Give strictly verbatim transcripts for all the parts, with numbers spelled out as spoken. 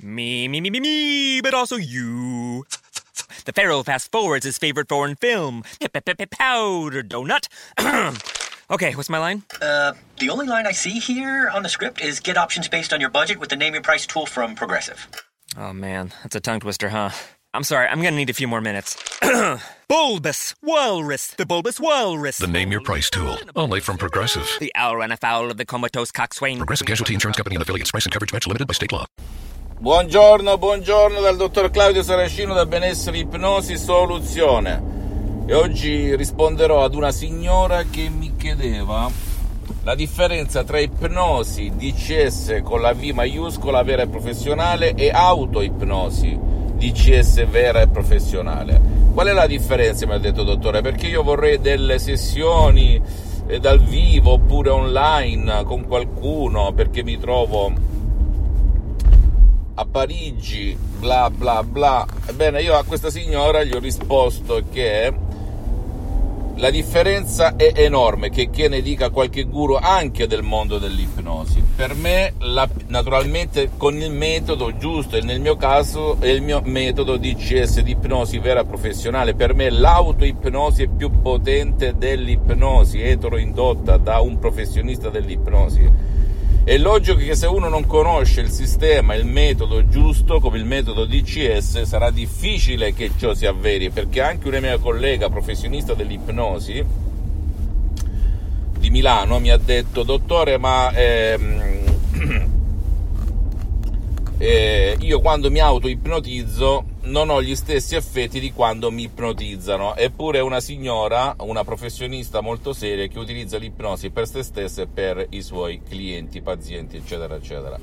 Me, me, me, me, me, but also you. The Pharaoh fast forwards his favorite foreign film, Powder Donut. Okay, what's my line? Uh, the only line I see here on the script is get options based on your budget with the Name Your Price tool from Progressive. Oh man, that's a tongue twister, huh? I'm sorry, I'm gonna need a few more minutes. Bulbous Walrus, the Bulbous Walrus. The Name Your Price tool, only from Progressive. The owl ran afoul of the comatose coxswain. Progressive Casualty Insurance Company and affiliates. Price and coverage match limited by state law. Buongiorno, buongiorno dal dottor Claudio Saracino da Benessere Ipnosi Soluzione. E oggi risponderò ad una signora che mi chiedeva la differenza tra ipnosi D C S con la V maiuscola vera e professionale e autoipnosi D C S vera e professionale. Qual è la differenza, mi ha detto dottore? Perché io vorrei delle sessioni eh, dal vivo oppure online con qualcuno, perché mi trovo a Parigi, bla bla bla. Ebbene, io a questa signora gli ho risposto che la differenza è enorme, che, che ne dica qualche guru anche del mondo dell'ipnosi. Per me, la, naturalmente, con il metodo giusto, e nel mio caso è il mio metodo D C S di ipnosi vera professionale. Per me l'autoipnosi è più potente dell'ipnosi eteroindotta da un professionista dell'ipnosi. È logico che se uno non conosce il sistema, il metodo giusto, come il metodo D C S, sarà difficile che ciò si avveri, perché anche una mia collega professionista dell'ipnosi di Milano mi ha detto: dottore, ma ehm, eh, io quando mi auto-ipnotizzo non ho gli stessi effetti di quando mi ipnotizzano. Eppure è una signora, una professionista molto seria, che utilizza l'ipnosi per se stessa e per i suoi clienti, pazienti, eccetera eccetera.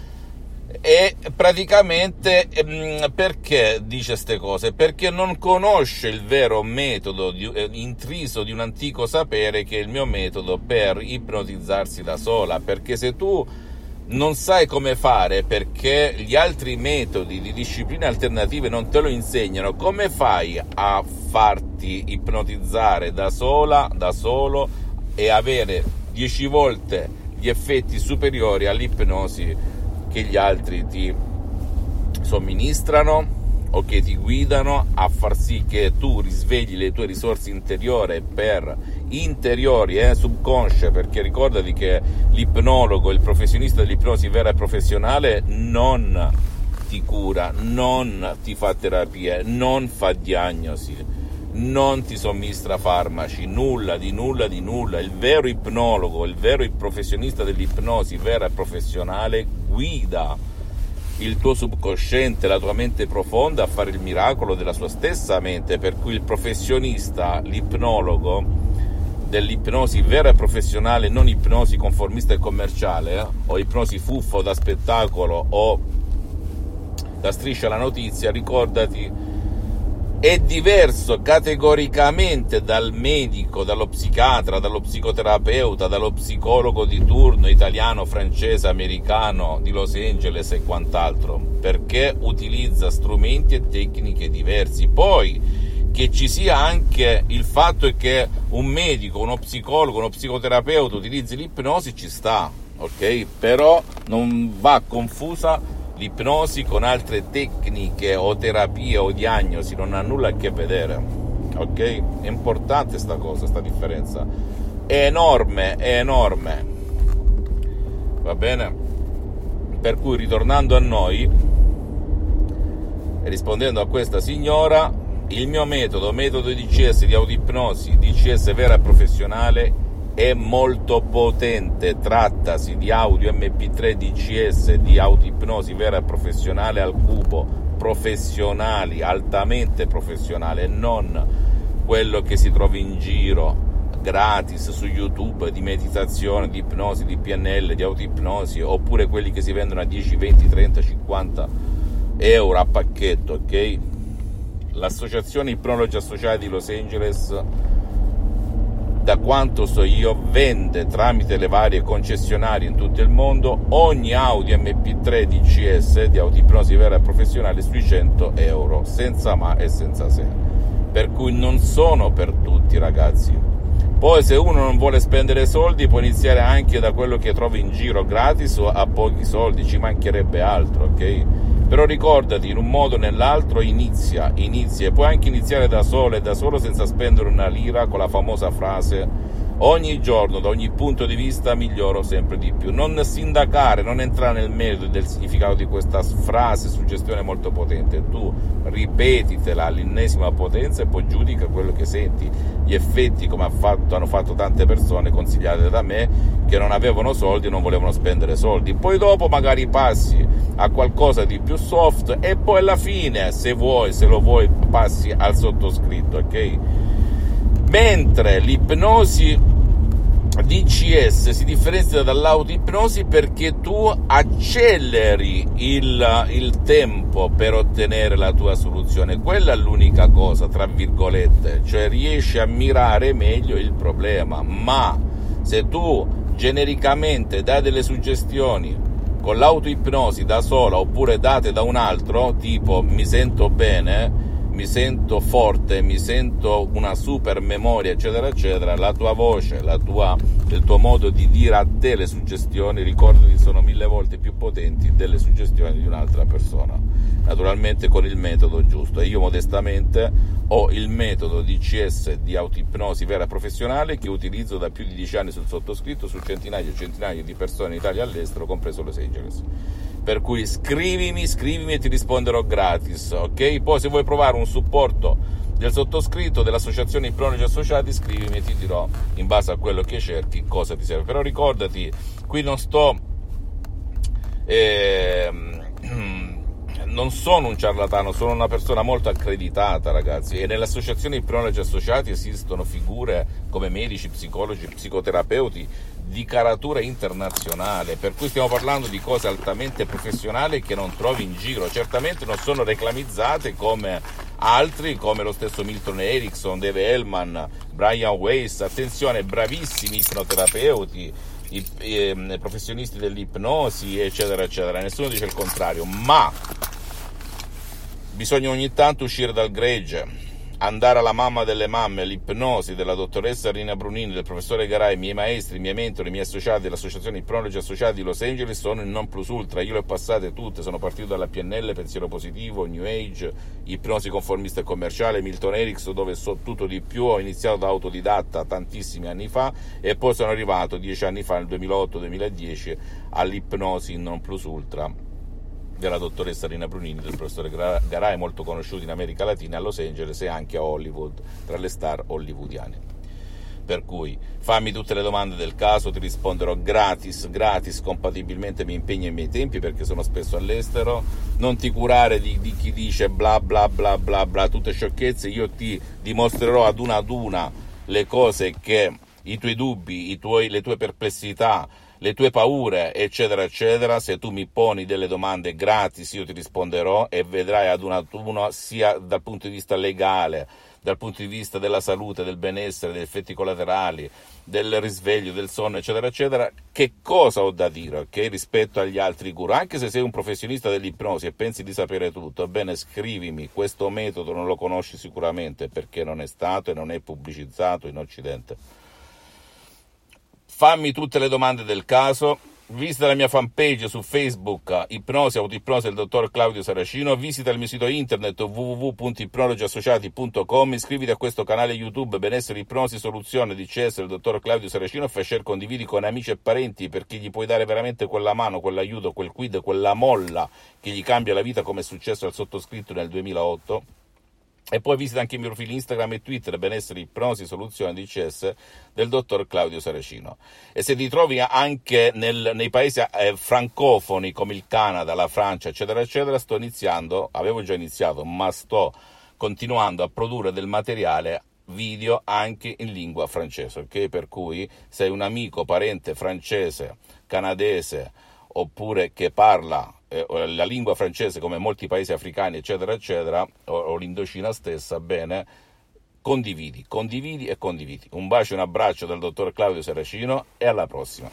E praticamente perché dice queste cose? Perché non conosce il vero metodo di, eh, intriso di un antico sapere, che è il mio metodo per ipnotizzarsi da sola. Perché se tu non sai come fare, perché gli altri metodi di discipline alternative non te lo insegnano, come fai a farti ipnotizzare da sola, da solo, e avere dieci volte gli effetti superiori all'ipnosi che gli altri ti somministrano o che ti guidano a far sì che tu risvegli le tue risorse interiori per interiori, eh, subconsce? Perché ricordati che l'ipnologo, il professionista dell'ipnosi vera e professionale, non ti cura, non ti fa terapie, non fa diagnosi, non ti somministra farmaci, nulla di nulla di nulla. Il vero ipnologo, il vero professionista dell'ipnosi vera e professionale guida il tuo subconsciente, la tua mente profonda, a fare il miracolo della sua stessa mente. Per cui il professionista, l'ipnologo dell'ipnosi vera e professionale, non ipnosi conformista e commerciale, eh, o ipnosi fuffo da spettacolo o da Striscia la Notizia, ricordati, è diverso categoricamente dal medico, dallo psichiatra, dallo psicoterapeuta, dallo psicologo di turno italiano, francese, americano, di Los Angeles e quant'altro, perché utilizza strumenti e tecniche diversi. Poi che ci sia anche il fatto che un medico, uno psicologo, uno psicoterapeuta utilizzi l'ipnosi, ci sta, ok? Però non va confusa l'ipnosi con altre tecniche o terapie o diagnosi, non ha nulla a che vedere, ok? È importante sta cosa, sta differenza è enorme, è enorme, va bene? Per cui, ritornando a noi e rispondendo a questa signora, il mio metodo, metodo D C S di autoipnosi, D C S vera e professionale, è molto potente. Trattasi di audio M P tre D C S di autoipnosi vera e professionale al cubo, professionali, altamente professionale, non quello che si trova in giro gratis su YouTube di meditazione, di ipnosi, di P N L, di autoipnosi, oppure quelli che si vendono a dieci, venti, trenta, cinquanta euro a pacchetto, ok? L'associazione Ipnologi Associati di Los Angeles, da quanto so io, vende tramite le varie concessionarie in tutto il mondo ogni audio M P tre D C S di autoipnosi vera e professionale sui cento euro, senza ma e senza se. Per cui non sono per tutti, ragazzi. Poi se uno non vuole spendere soldi può iniziare anche da quello che trova in giro gratis o a pochi soldi, ci mancherebbe altro, ok? Però ricordati, in un modo o nell'altro inizia, inizia, e puoi anche iniziare da solo e da solo senza spendere una lira, con la famosa frase: ogni giorno, da ogni punto di vista, miglioro sempre di più. Non sindacare, non entrare nel merito del significato di questa frase, suggestione molto potente. Tu ripetitela all'ennesima potenza e poi giudica quello che senti, gli effetti, come ha fatto, hanno fatto tante persone consigliate da me, che non avevano soldi e non volevano spendere soldi. Poi dopo magari passi a qualcosa di più soft e poi alla fine, se vuoi, se lo vuoi, passi al sottoscritto, ok? Mentre l'ipnosi D C S si differenzia dall'autoipnosi perché tu acceleri il, il tempo per ottenere la tua soluzione. Quella è l'unica cosa, tra virgolette, cioè riesci a mirare meglio il problema. Ma se tu genericamente dai delle suggestioni con l'autoipnosi da sola oppure date da un altro, tipo mi sento bene, mi sento forte, mi sento una super memoria, eccetera eccetera, la tua voce, la tua, il tuo modo di dire a te le suggestioni, ricordati, sono mille volte più potenti delle suggestioni di un'altra persona, naturalmente con il metodo giusto. E io modestamente ho il metodo D C S di autoipnosi vera professionale che utilizzo da più di dieci anni sul sottoscritto su centinaia e centinaia di persone in Italia e all'estero, compreso Los Angeles. Per cui scrivimi, scrivimi e ti risponderò gratis, ok? Poi se vuoi provare un supporto del sottoscritto, dell'associazione Ipnologi Associati, scrivimi e ti dirò, in base a quello che cerchi, cosa ti serve. Però ricordati, qui non sto... Eh, non sono un ciarlatano, sono una persona molto accreditata, ragazzi, e nell'associazione Ipnologi Associati esistono figure come medici, psicologi, psicoterapeuti di caratura internazionale, per cui stiamo parlando di cose altamente professionali che non trovi in giro. Certamente non sono reclamizzate come altri, come lo stesso Milton Erickson, Dave Hellman, Brian Weiss, attenzione, bravissimi ipnoterapeuti, i, i professionisti dell'ipnosi, eccetera eccetera, nessuno dice il contrario, ma bisogna ogni tanto uscire dal gregge, andare alla mamma delle mamme. L'ipnosi della dottoressa Rina Brunini, del professore Garay, i miei maestri, i miei mentori, i miei associati dell'associazione Ipnologi Associati di Los Angeles sono il non plus ultra. Io le ho passate tutte, sono partito dalla P N L, pensiero positivo, New Age, ipnosi conformista e commerciale, Milton Erickson, dove so tutto di più. Ho iniziato da autodidatta tantissimi anni fa e poi sono arrivato dieci anni fa, nel duemilaotto duemiladieci, all'ipnosi non plus ultra della dottoressa Rina Brunini, del professore Garay, molto conosciuti in America Latina, a Los Angeles e anche a Hollywood, tra le star hollywoodiane. Per cui fammi tutte le domande del caso, ti risponderò gratis, gratis, compatibilmente mi impegno ai miei tempi perché sono spesso all'estero. Non ti curare di, di chi dice bla bla bla bla bla, tutte sciocchezze. Io ti dimostrerò ad una ad una le cose che, i tuoi dubbi, i tuoi, le tue perplessità, le tue paure, eccetera eccetera. Se tu mi poni delle domande gratis io ti risponderò e vedrai ad uno ad uno, sia dal punto di vista legale, dal punto di vista della salute, del benessere, degli effetti collaterali, del risveglio, del sonno, eccetera eccetera, che cosa ho da dire, ok, rispetto agli altri guru. Anche se sei un professionista dell'ipnosi e pensi di sapere tutto, bene, scrivimi. Questo metodo non lo conosci sicuramente perché non è stato e non è pubblicizzato in Occidente. Fammi tutte le domande del caso, visita la mia fanpage su Facebook, Ipnosi, Autoipnosi del dottor Claudio Saracino, visita il mio sito internet w w w punto ipnologi associati punto com, iscriviti a questo canale YouTube Benessere, Ipnosi, Soluzione D C S del dottor Claudio Saracino, fai share, condividi con amici e parenti perché gli puoi dare veramente quella mano, quell'aiuto, quel quid, quella molla che gli cambia la vita, come è successo al sottoscritto nel duemilaotto. E poi visita anche i miei profili Instagram e Twitter, Benessere, Ipnosi, Soluzione D C S del dottor Claudio Saracino. E se ti trovi anche nel, nei paesi eh, francofoni come il Canada, la Francia, eccetera eccetera, sto iniziando, avevo già iniziato, ma sto continuando a produrre del materiale video anche in lingua francese, ok? Per cui sei un amico, parente francese, canadese, oppure che parla eh, la lingua francese come molti paesi africani, eccetera eccetera, o, o l'Indocina stessa, bene, condividi, condividi e condividi. Un bacio e un abbraccio dal dottor Claudio Saracino e alla prossima.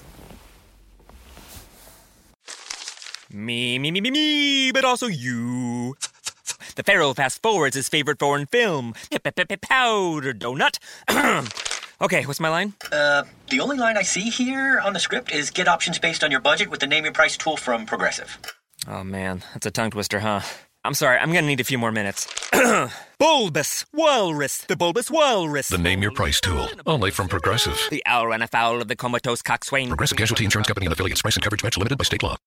Me, me, me, me, me, but also you. The Pharaoh fast forwards his favorite foreign film, Powder Donut. Okay, what's my line? Uh, the only line I see here on the script is get options based on your budget with the Name Your Price tool from Progressive. Oh, man, that's a tongue twister, huh? I'm sorry, I'm gonna need a few more minutes. Bulbous Walrus, the Bulbous Walrus. The Name Your Price tool, only from Progressive. The owl ran afoul of the comatose coxswain. Progressive Casualty Insurance Company and affiliates. Price and coverage match limited by state law.